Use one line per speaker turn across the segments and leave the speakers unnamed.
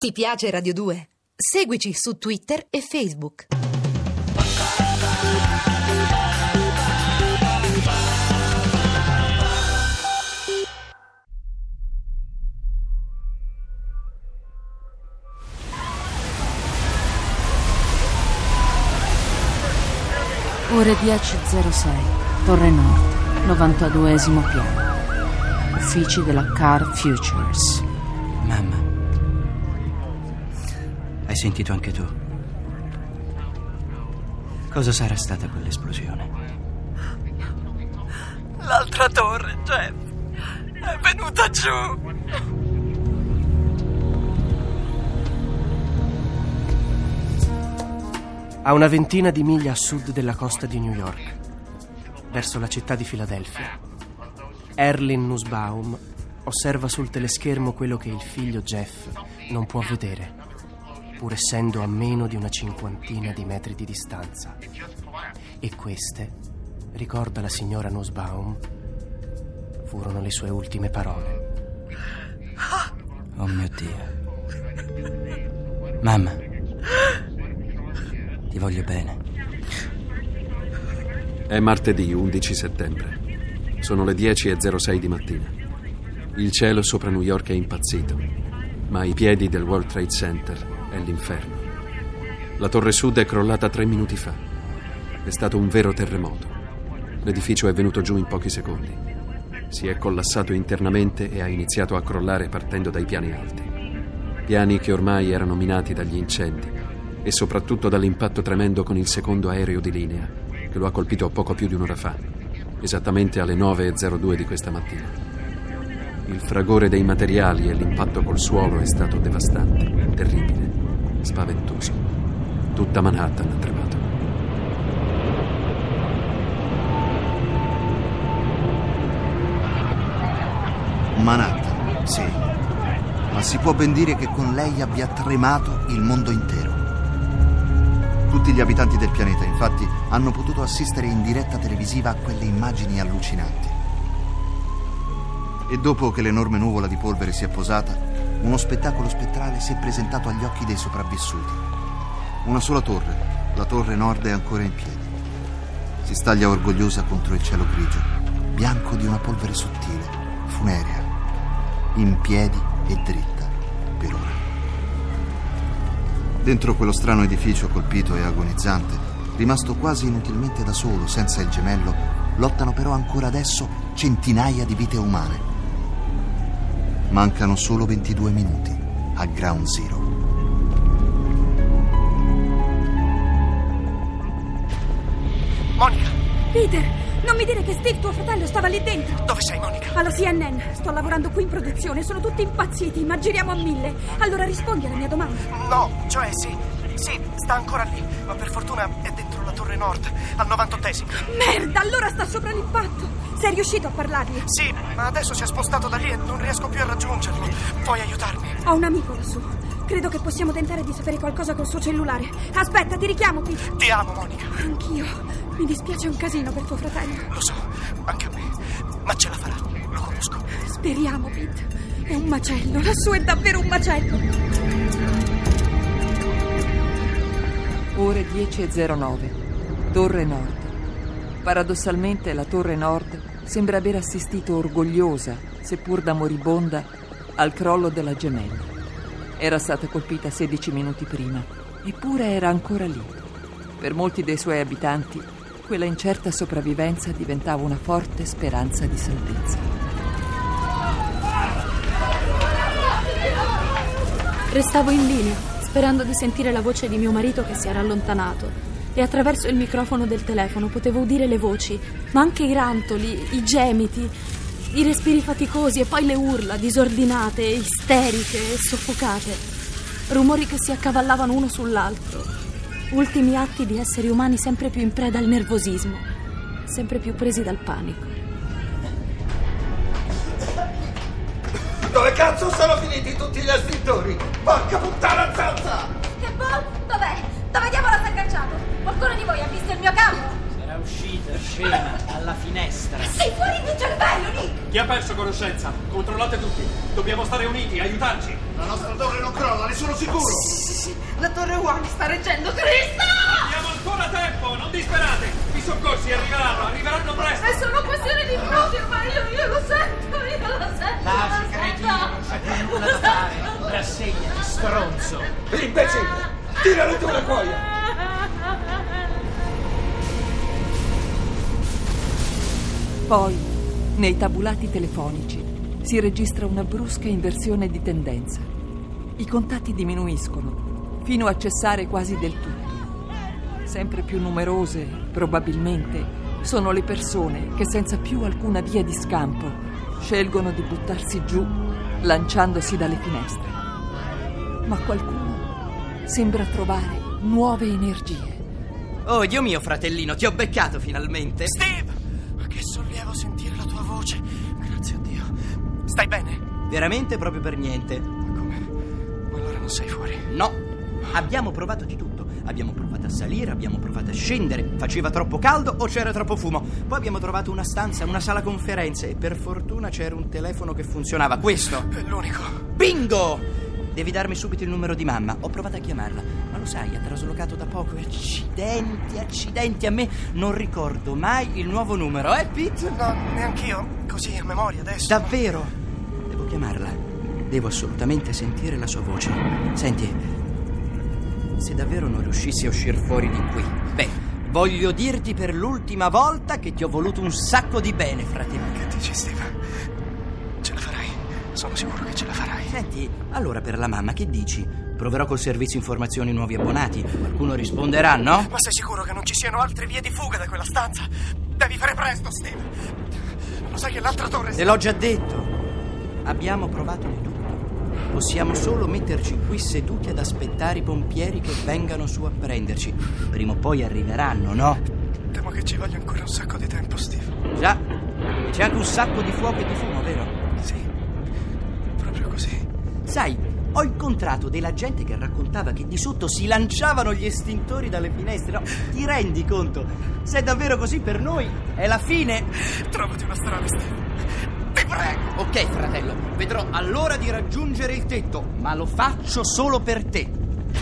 Ti piace Radio 2? Seguici su Twitter e Facebook.
Ore 10:06, Torre Nord, 92esimo piano. Uffici della Car Futures.
Mamma, hai sentito anche tu? Cosa sarà stata quell'esplosione?
L'altra torre, Jeff, è venuta giù.
A una ventina di miglia a sud della costa di New York, verso la città di Filadelfia, Erlin Nussbaum osserva sul teleschermo quello che il figlio Jeff non può vedere, pur essendo a meno di una cinquantina di metri di distanza. E queste, ricorda la signora Nussbaum, furono le sue ultime parole.
Oh mio Dio. Mamma, ti voglio bene.
È martedì 11 settembre. Sono le 10:06 di mattina. Il cielo sopra New York è impazzito, ma ai piedi del World Trade Center è l'inferno. La torre sud è crollata 3 minuti fa. È stato un vero terremoto. L'edificio è venuto giù in pochi secondi. Si è collassato internamente e ha iniziato a crollare partendo dai piani alti. Piani che ormai erano minati dagli incendi e soprattutto dall'impatto tremendo con il secondo aereo di linea, che lo ha colpito poco più di un'ora fa, esattamente alle 9:02 di questa mattina. Il fragore dei materiali e l'impatto col suolo è stato devastante, terribile, spaventoso. Tutta Manhattan ha tremato.
Manhattan, sì, ma si può ben dire che con lei abbia tremato il mondo intero. Tutti gli abitanti del pianeta, infatti, hanno potuto assistere in diretta televisiva a quelle immagini allucinanti. E dopo che l'enorme nuvola di polvere si è posata, uno spettacolo spettrale si è presentato agli occhi dei sopravvissuti. Una sola torre, la Torre Nord, è ancora in piedi. Si staglia orgogliosa contro il cielo grigio, bianco di una polvere sottile, funerea, in piedi e dritta, per ora. Dentro quello strano edificio colpito e agonizzante, rimasto quasi inutilmente da solo, senza il gemello, lottano però ancora adesso centinaia di vite umane. Mancano solo 22 minuti a Ground Zero.
Monica!
Peter, non mi dire che Steve, tuo fratello, stava lì dentro.
Dove sei, Monica?
Alla CNN, sto lavorando qui in produzione, sono tutti impazziti, ma giriamo a 1000. Allora rispondi alla mia domanda.
No, cioè sì, sta ancora lì, ma per fortuna è dentro la Torre Nord, al 98esimo.
Merda, allora sta sopra l'impatto. Sei riuscito a parlargli?
Sì, ma adesso si è spostato da lì e non riesco più a raggiungerlo. Puoi aiutarmi?
Ho un amico lassù. Credo che possiamo tentare di sapere qualcosa col suo cellulare. Aspetta, ti richiamo, Pete.
Ti amo, Monica.
Anch'io. Mi dispiace un casino per tuo fratello.
Lo so, anche a me. Ma ce la farà, lo conosco.
Speriamo, Pete. È un macello, lassù è davvero un macello.
Ore 10:09, Torre Nord. Paradossalmente la Torre Nord sembra aver assistito orgogliosa, seppur da moribonda, al crollo della gemella. Era stata colpita 16 minuti prima, eppure era ancora lì. Per molti dei suoi abitanti, quella incerta sopravvivenza diventava una forte speranza di salvezza.
Restavo in linea, sperando di sentire la voce di mio marito che si era allontanato, e attraverso il microfono del telefono potevo udire le voci, ma anche i rantoli, i gemiti, i respiri faticosi e poi le urla disordinate, isteriche e soffocate. Rumori che si accavallavano uno sull'altro. Ultimi atti di esseri umani sempre più in preda al nervosismo, sempre più presi dal panico.
Dove cazzo sono finiti tutti gli estintori? Porca puttana zanza!
Che Paul? Dov'è? Dove diavolo si è agganciato? Qualcuno di voi ha visto il mio capo?
Sarà uscita, scema, dalla finestra.
Sei fuori di cervello, Nick!
Chi ha perso conoscenza? Controllate tutti. Dobbiamo stare uniti, aiutarci.
La nostra torre non crolla, ne sono sicuro.
Sì. La torre Wang sta reggendo Cristo!
Abbiamo ancora tempo, non disperate. I soccorsi arriveranno presto.
È solo questione di minuti, ma io lo sento.
Lasci, cretino, non c'è più nulla da fare. Rassegnati, stronzo.
Imbecille, tiralo tu la cuoia.
Poi, nei tabulati telefonici, si registra una brusca inversione di tendenza. I contatti diminuiscono, fino a cessare quasi del tutto. Sempre più numerose, probabilmente, sono le persone che senza più alcuna via di scampo scelgono di buttarsi giù, lanciandosi dalle finestre. Ma qualcuno sembra trovare nuove energie.
Oh, Dio mio, fratellino, ti ho beccato finalmente.
Steve! Ma che sollievo sentire la tua voce. Grazie a Dio. Stai bene?
Veramente proprio per niente.
Ma come? Ma allora non sei fuori?
No, abbiamo provato di tutto. Abbiamo provato a salire, abbiamo provato a scendere. Faceva troppo caldo o c'era troppo fumo. Poi abbiamo trovato una stanza, una sala conferenze, e per fortuna c'era un telefono che funzionava. Questo
è l'unico.
Bingo! Devi darmi subito il numero di mamma. Ho provato a chiamarla, ma lo sai, ha traslocato da poco. Accidenti, a me non ricordo mai il nuovo numero, Pete?
No, neanch'io. Così a memoria adesso.
Davvero? Devo chiamarla. Devo assolutamente sentire la sua voce. Senti, se davvero non riuscissi a uscire fuori di qui, voglio dirti per l'ultima volta che ti ho voluto un sacco di bene, fratello.
Che dici, Steve? Ce la farai? Sono sicuro che ce la farai.
Senti, allora per la mamma che dici? Proverò col servizio informazioni nuovi abbonati. Qualcuno risponderà, no?
Ma sei sicuro che non ci siano altre vie di fuga da quella stanza? Devi fare presto, Steve. Lo sai che l'altra torre...
Te l'ho già detto. Abbiamo provato di tutto. Possiamo solo metterci qui seduti ad aspettare i pompieri che vengano su a prenderci. Prima o poi arriveranno, no?
Temo che ci voglia ancora un sacco di tempo, Steve.
Già, c'è anche un sacco di fuoco e di fumo, vero?
Sì, proprio così.
Sai, ho incontrato della gente che raccontava che di sotto si lanciavano gli estintori dalle finestre. No, ti rendi conto? Se è davvero così per noi, è la fine.
Trovati una strada, Steve. Ti prego.
Ok, fratello, vedrò allora di raggiungere il tetto, ma lo faccio solo per te.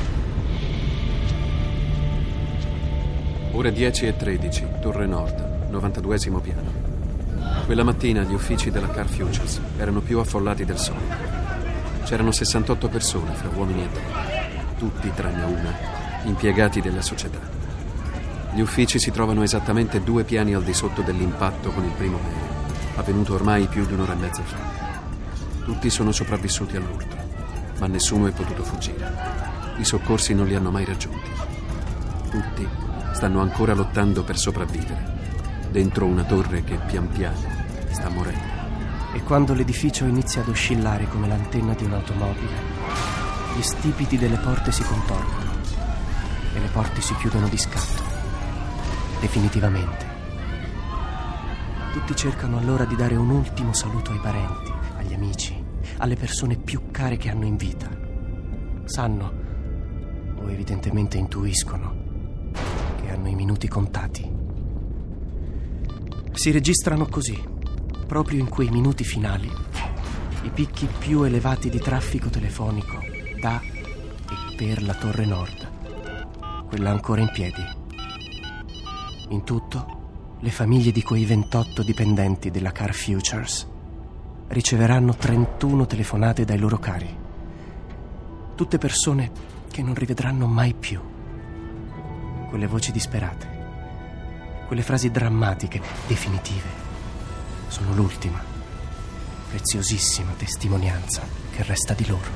Ore 10:13, Torre Nord, 92esimo piano. Quella mattina gli uffici della Car Futures erano più affollati del solito. C'erano 68 persone, fra uomini e donne, tutti tranne una, impiegati della società. Gli uffici si trovano esattamente 2 piani al di sotto dell'impatto con il primo aereo, avvenuto ormai più di un'ora e mezza fa. Tutti sono sopravvissuti all'urto, ma nessuno è potuto fuggire. I soccorsi non li hanno mai raggiunti. Tutti stanno ancora lottando per sopravvivere, dentro una torre che pian piano sta morendo.
E quando l'edificio inizia ad oscillare come l'antenna di un'automobile, gli stipiti delle porte si contorcono e le porte si chiudono di scatto, definitivamente. Tutti cercano allora di dare un ultimo saluto ai parenti, agli amici, alle persone più care che hanno in vita. Sanno, o evidentemente intuiscono, che hanno i minuti contati. Si registrano così, proprio in quei minuti finali, i picchi più elevati di traffico telefonico da e per la Torre Nord, quella ancora in piedi. In tutto, le famiglie di quei 28 dipendenti della Car Futures riceveranno 31 telefonate dai loro cari. Tutte persone che non rivedranno mai più. Quelle voci disperate, quelle frasi drammatiche, definitive, sono l'ultima, preziosissima testimonianza che resta di loro.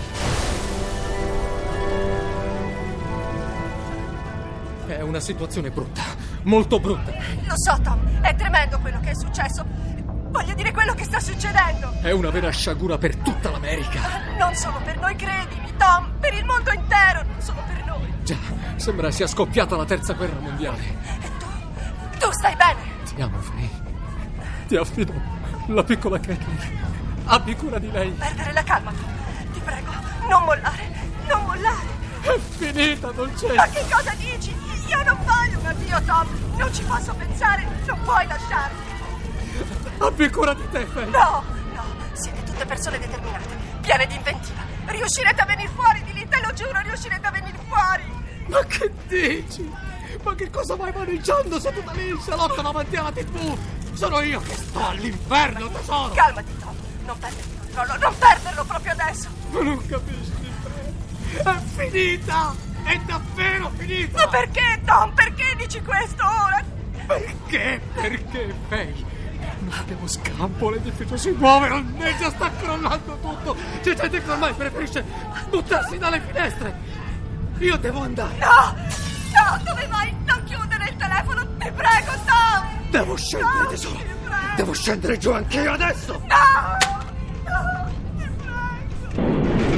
È una situazione brutta, molto brutta.
Lo so, Tom, è tremendo quello che è successo. Voglio dire quello che sta succedendo.
È una vera sciagura per tutta l'America.
Non solo per noi, credimi, Tom, per il mondo intero, non solo per noi.
Già, sembra sia scoppiata la terza guerra mondiale.
E tu stai bene?
Ti amo, Faye. Ti affido la piccola Kathleen. Abbi cura di lei.
Perdere la calma, Tom. Ti prego, non mollare, non mollare.
È finita, dolcezza.
Ma che cosa dici? Io non voglio un addio, Tom. Non ci posso pensare, non puoi lasciarmi.
Abbi cura di te, Faye.
No, siete tutte persone determinate, piene di inventiva. Riuscirete a venire fuori di lì, te lo giuro, riuscirete a venire fuori.
Ma che dici? Ma che cosa vai maneggiando seduta lì in salotto davanti alla TV? Sono io che sto all'inferno, tesoro.
Calmati, Tom, non perdere il controllo, non perderlo proprio adesso.
Ma non capisci, Faye? È finita! È davvero finita!
Ma perché, Tom? Perché dici questo ora?
Perché? Perché, Faye? Non abbiamo scampo, l'edificio si muove, onneggia, sta crollando tutto. C'è gente che ormai preferisce buttarsi dalle finestre. Io devo andare.
No, dove vai? Non chiudere il telefono, ti prego, Tom.
Devo scendere, tesoro. Devo scendere giù anch'io adesso.
No, ti prego.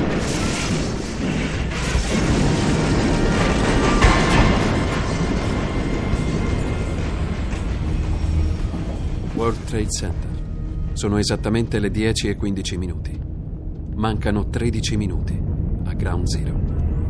World Trade Center. Sono esattamente le 10:15. Mancano 13 minuti a Ground Zero.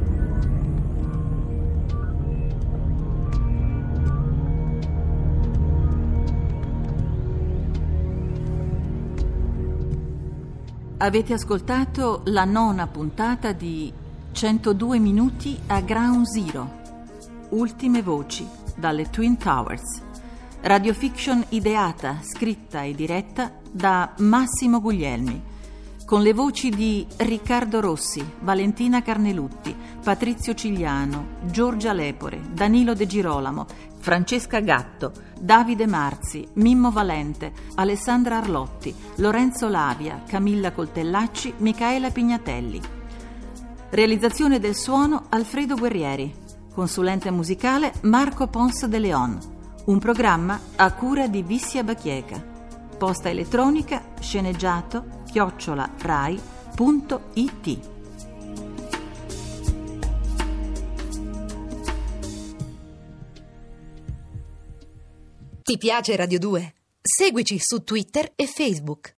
Avete ascoltato la 9ª puntata di 102 minuti a Ground Zero. Ultime voci dalle Twin Towers. Radiofiction ideata, scritta e diretta da Massimo Guglielmi, con le voci di Riccardo Rossi, Valentina Carnelutti, Patrizio Cigliano, Giorgia Lepore, Danilo De Girolamo, Francesca Gatto, Davide Marzi, Mimmo Valente, Alessandra Arlotti, Lorenzo Lavia, Camilla Coltellacci, Micaela Pignatelli. Realizzazione del suono Alfredo Guerrieri. Consulente musicale Marco Pons de Leon. Un programma a cura di Vissia Bachieca. Posta elettronica sceneggiato@rai.it.
Ti piace Radio 2? Seguici su Twitter e Facebook.